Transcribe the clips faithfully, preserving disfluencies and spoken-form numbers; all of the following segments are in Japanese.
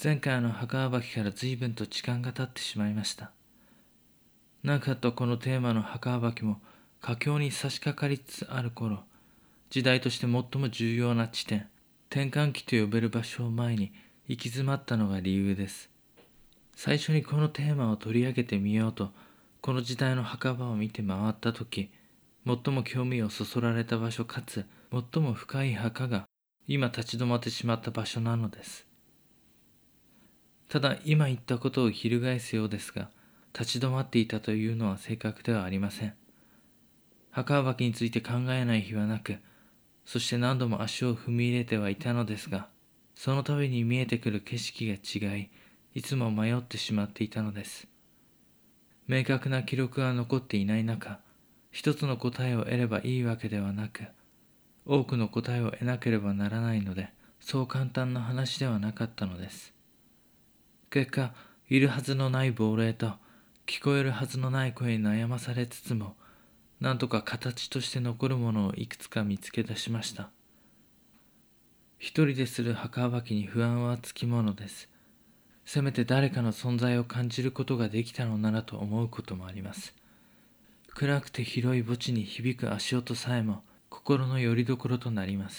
前回の墓暴きから随分と時間が経ってしまいました。なかったこのテーマの墓暴きも佳境に差し掛かりつつある頃、時代として最も重要な地点、転換期と呼べる場所を前に行き詰まったのが理由です。最初にこのテーマを取り上げてみようと、この時代の墓場を見て回ったとき、最も興味をそそられた場所かつ最も深い墓が今立ち止まってしまった場所なのです。ただ今言ったことを翻すようですが、立ち止まっていたというのは正確ではありません。墓暴きについて考えない日はなく、そして何度も足を踏み入れてはいたのですが、その度に見えてくる景色が違い、いつも迷ってしまっていたのです。明確な記録が残っていない中、一つの答えを得ればいいわけではなく、多くの答えを得なければならないので、そう簡単な話ではなかったのです。結果、いるはずのない亡霊と聞こえるはずのない声に悩まされつつも、なんとか形として残るものをいくつか見つけ出しました。一人でする墓暴きに不安はつきものです。せめて誰かの存在を感じることができたのならと思うこともあります。暗くて広い墓地に響く足音さえも心の拠り所となります。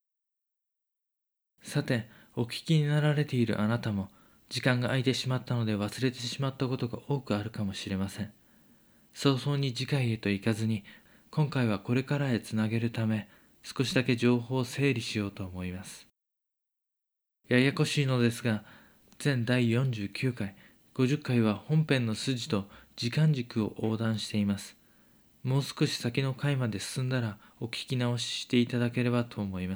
さて、お聞きになられているあなたも、時間が空いてしまったので忘れてしまったことが多くあるかもしれません。早々に次回へと行かずに、今回はこれからへつなげるため、少しだけ情報を整理しようと思います。ややこしいのですが、全だいよんじゅうきゅうかい、ごじゅっかいは本編の筋と時間軸を横断しています。もう少し先の回まで進んだらお聞き直ししていただければと思います。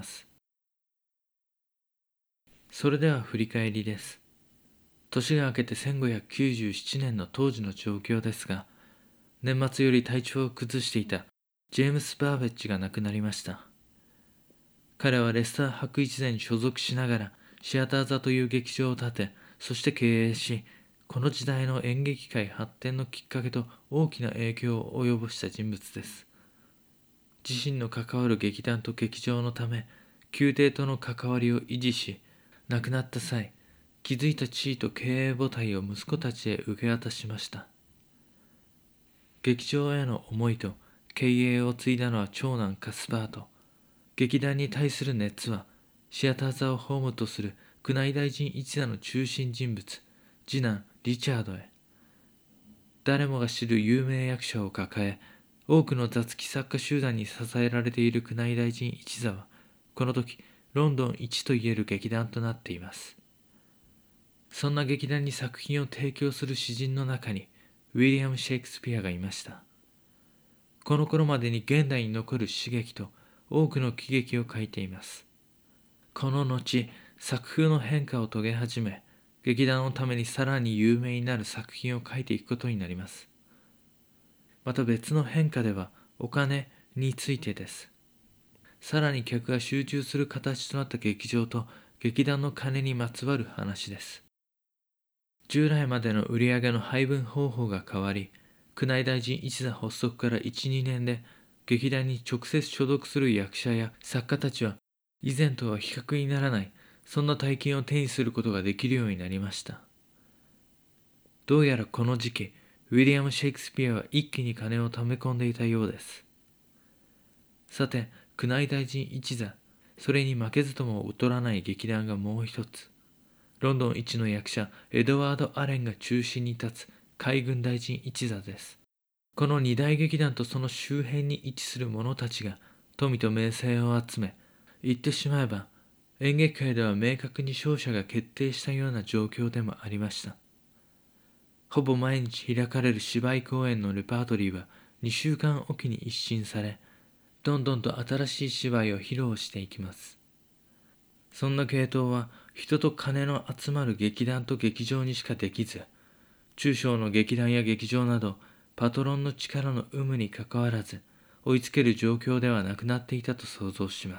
それでは振り返りです。年が明けてせんごひゃくきゅうじゅうななねんの当時の状況ですが、年末より体調を崩していたジェームス・バーベッジが亡くなりました。彼はレスター博一座に所属しながらシアター座という劇場を建て、そして経営し、この時代の演劇界発展のきっかけと大きな影響を及ぼした人物です。自身の関わる劇団と劇場のため、宮廷との関わりを維持し、亡くなった際、築いた地位と経営母体を息子たちへ受け渡しました。劇場への思いと経営を継いだのは長男カスパート。劇団に対する熱は、シアター座をホームとする宮内大臣一座の中心人物、次男リチャードへ。誰もが知る有名役者を抱え、多くの雑記作家集団に支えられている宮内大臣一座は、この時、ロンドン一といえる劇団となっています。そんな劇団に作品を提供する詩人の中に、ウィリアム・シェイクスピアがいました。この頃までに現代に残る詩劇と多くの喜劇を書いています。この後、作風の変化を遂げ始め、劇団のためにさらに有名になる作品を書いていくことになります。また別の変化では、お金についてです。さらに客が集中する形となった劇場と劇団の金にまつわる話です。従来までの売上の配分方法が変わり、宮内大臣一座発足からいち、にねんで劇団に直接所属する役者や作家たちは以前とは比較にならない、そんな大金を手にすることができるようになりました。どうやらこの時期、ウィリアム・シェイクスピアは一気に金を貯め込んでいたようです。さて、宮内大臣一座、それに負けずとも劣らない劇団がもう一つ。ロンドン一の役者、エドワード・アレンが中心に立つ海軍大臣一座です。この二大劇団とその周辺に位置する者たちが富と名声を集め、言ってしまえば演劇界では明確に勝者が決定したような状況でもありました。ほぼ毎日開かれる芝居公演のレパートリーはにしゅうかんおきに一新され、どんどんと新しい芝居を披露していきます。そんな系統は人と金の集まる劇団と劇場にしかできず、中小の劇団や劇場などパトロンの力の有無にかかわらず追いつける状況ではなくなっていたと想像します。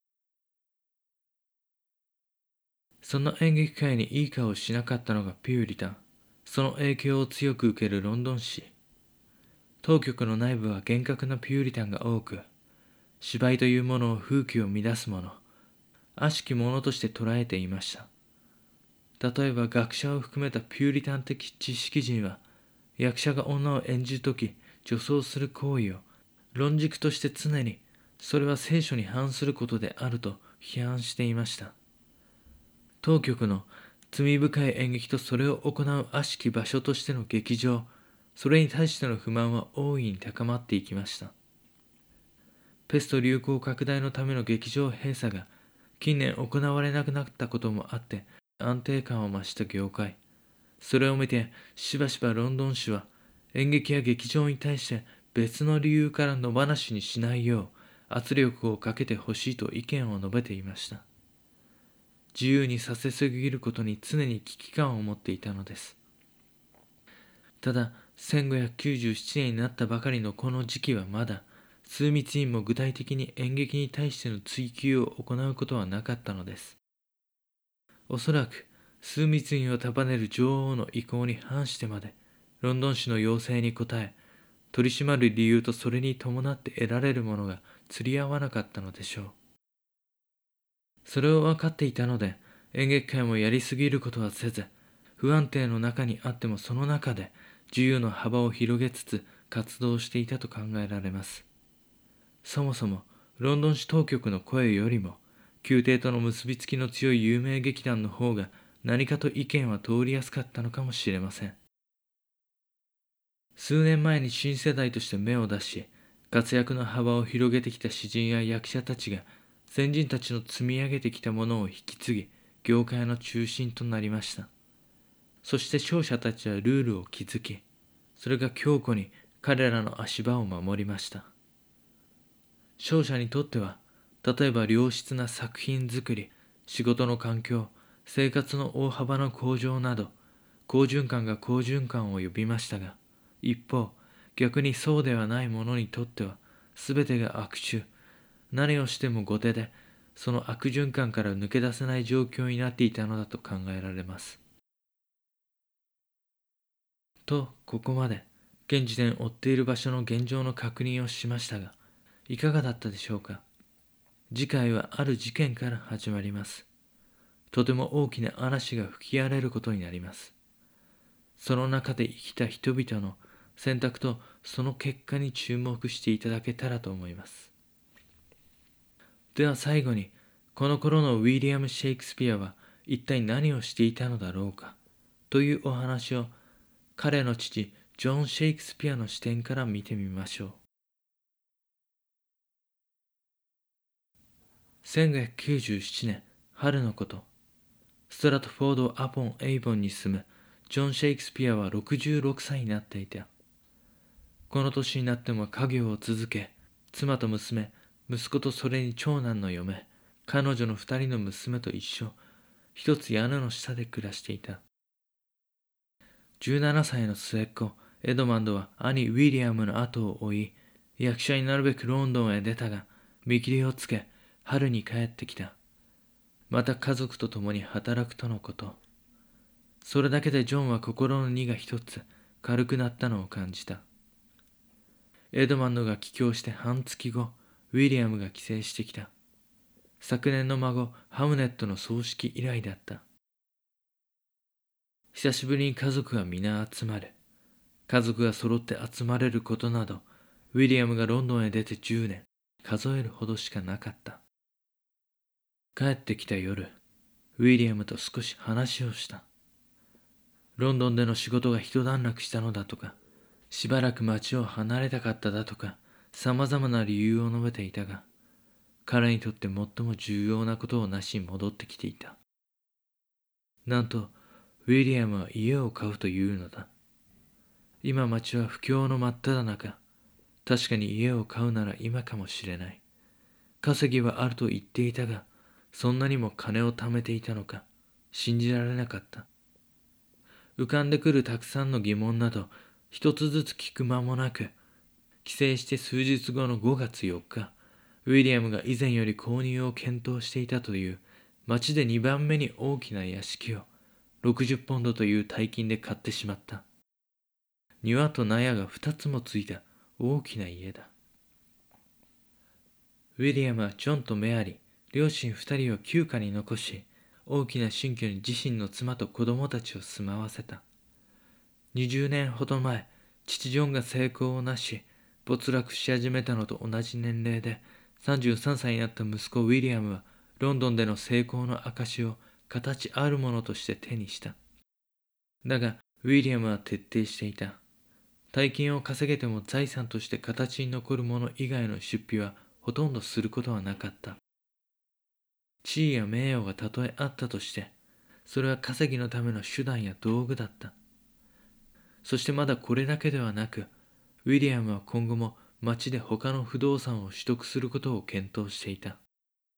そんな演劇界にいい顔をしなかったのがピューリタン。その影響を強く受けるロンドン市。当局の内部は厳格なピューリタンが多く、芝居というものを風紀を乱すもの、悪しきものとして捉えていました。 例えば学者を含めたピューリタン的知識人は、役者が女を演じるとき女装する行為を論軸として常にそれは聖書に反することであると批判していました。当局の罪深い演劇とそれを行う悪しき場所としての劇場、それに対しての不満は大いに高まっていきました。ペスト流行拡大のための劇場閉鎖が近年行われなくなったこともあって安定感を増した業界。それを見てしばしばロンドン市は演劇や劇場に対して別の理由から野放しにしないよう圧力をかけてほしいと意見を述べていました。自由にさせすぎることに常に危機感を持っていたのです。ただ、せんごひゃくきゅうじゅうななねんになったばかりのこの時期はまだ、枢密院も具体的に演劇に対しての追及を行うことはなかったのです。おそらく、枢密院を束ねる女王の意向に反してまで、ロンドン市の要請に応え、取り締まる理由とそれに伴って得られるものが釣り合わなかったのでしょう。それを分かっていたので、演劇界もやりすぎることはせず、不安定の中にあってもその中で自由の幅を広げつつ活動していたと考えられます。そもそも、ロンドン市当局の声よりも、宮廷との結びつきの強い有名劇団の方が何かと意見は通りやすかったのかもしれません。数年前に新世代として芽を出し、活躍の幅を広げてきた詩人や役者たちが、先人たちの積み上げてきたものを引き継ぎ、業界の中心となりました。そして勝者たちはルールを築き、それが強固に彼らの足場を守りました。勝者にとっては、例えば良質な作品作り、仕事の環境、生活の大幅な向上など、好循環が好循環を呼びましたが、一方、逆にそうではない者にとっては、すべてが悪臭、何をしても後手で、その悪循環から抜け出せない状況になっていたのだと考えられます。と、ここまで、現時点追っている場所の現状の確認をしましたが、いかがだったでしょうか。次回はある事件から始まります。とても大きな嵐が吹き荒れることになります。その中で生きた人々の選択とその結果に注目していただけたらと思います。では最後に、この頃のウィリアム・シェイクスピアは一体何をしていたのだろうかというお話を彼の父ジョン・シェイクスピアの視点から見てみましょう。せんごひゃくきゅうじゅうななねん春のこと、ストラトフォード・アポン・エイボンに住むジョン・シェイクスピアはろくじゅうろくさいになっていた。この年になっても家業を続け、妻と娘、息子とそれに長男の嫁、彼女の二人の娘と一緒、一つ屋根の下で暮らしていた。じゅうななさいの末っ子、エドマンドは兄ウィリアムの後を追い、役者になるべくロンドンへ出たが、見切りをつけ、春に帰ってきた。また家族と共に働くとのこと。それだけでジョンは心の荷が一つ軽くなったのを感じた。エドマンドが帰郷して半月後、ウィリアムが帰省してきた。昨年の孫、ハムネットの葬式以来だった。久しぶりに家族が皆集まる。家族が揃って集まれることなど、ウィリアムがロンドンへ出てじゅうねん、数えるほどしかなかった。帰ってきた夜、ウィリアムと少し話をした。ロンドンでの仕事が一段落したのだとか、しばらく町を離れたかっただとか、様々な理由を述べていたが、彼にとって最も重要なことをなしに戻ってきていた。なんと、ウィリアムは家を買うというのだ。今町は不況の真っ只中。確かに家を買うなら今かもしれない。稼ぎはあると言っていたが、そんなにも金を貯めていたのか、信じられなかった。浮かんでくるたくさんの疑問など、一つずつ聞く間もなく、帰省して数日後のごがつよっか、ウィリアムが以前より購入を検討していたという、町でにばんめに大きな屋敷を、ろくじゅうポンドという大金で買ってしまった。庭と納屋がふたつもついた大きな家だ。ウィリアムはジョンとメアリー、両親二人を旧家に残し、 大きな新居に自身の妻と子供たちを住まわせた。にじゅうねんほど前、父ジョンが成功をなし、没落し始めたのと同じ年齢で、さんじゅうさんさいになった息子ウィリアムは、ロンドンでの成功の証を形あるものとして手にした。だが、ウィリアムは徹底していた。大金を稼げても財産として形に残るもの以外の出費はほとんどすることはなかった。地位や名誉がたとえあったとして、それは稼ぎのための手段や道具だった。そしてまだこれだけではなく、ウィリアムは今後も町で他の不動産を取得することを検討していた。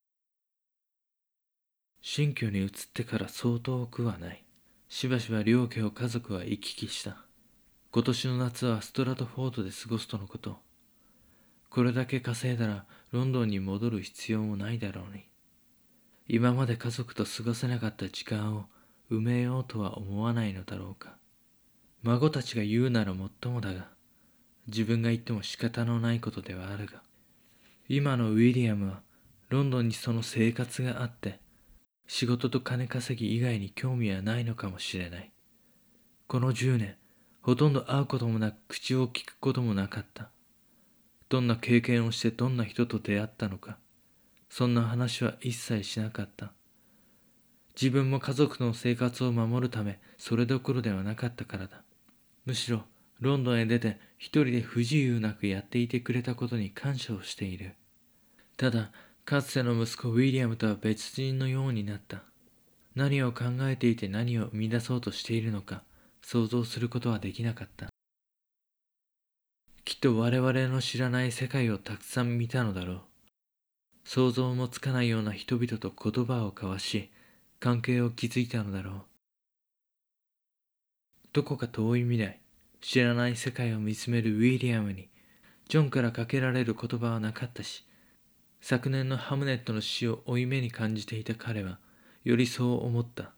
新居に移ってからそう遠くはない。しばしば両家を家族は行き来した。今年の夏はストラトフォードで過ごすとのこと。これだけ稼いだらロンドンに戻る必要もないだろうに。今まで家族と過ごせなかった時間を埋めようとは思わないのだろうか。孫たちが言うならもっともだが、自分が言っても仕方のないことではあるが、今のウィリアムはロンドンにその生活があって、仕事と金稼ぎ以外に興味はないのかもしれない。このじゅうねん、ほとんど会うこともなく口を聞くこともなかった。どんな経験をしてどんな人と出会ったのか、そんな話は一切しなかった。自分も家族の生活を守るため、それどころではなかったからだ。むしろ、ロンドンへ出て一人で不自由なくやっていてくれたことに感謝をしている。ただ、かつての息子ウィリアムとは別人のようになった。何を考えていて何を生み出そうとしているのか、想像することはできなかった。きっと我々の知らない世界をたくさん見たのだろう。想像もつかないような人々と言葉を交わし、関係を築いたのだろう。どこか遠い未来、知らない世界を見つめるウィリアムに、ジョンからかけられる言葉はなかったし、昨年のハムネットの死を負い目に感じていた彼は、よりそう思った。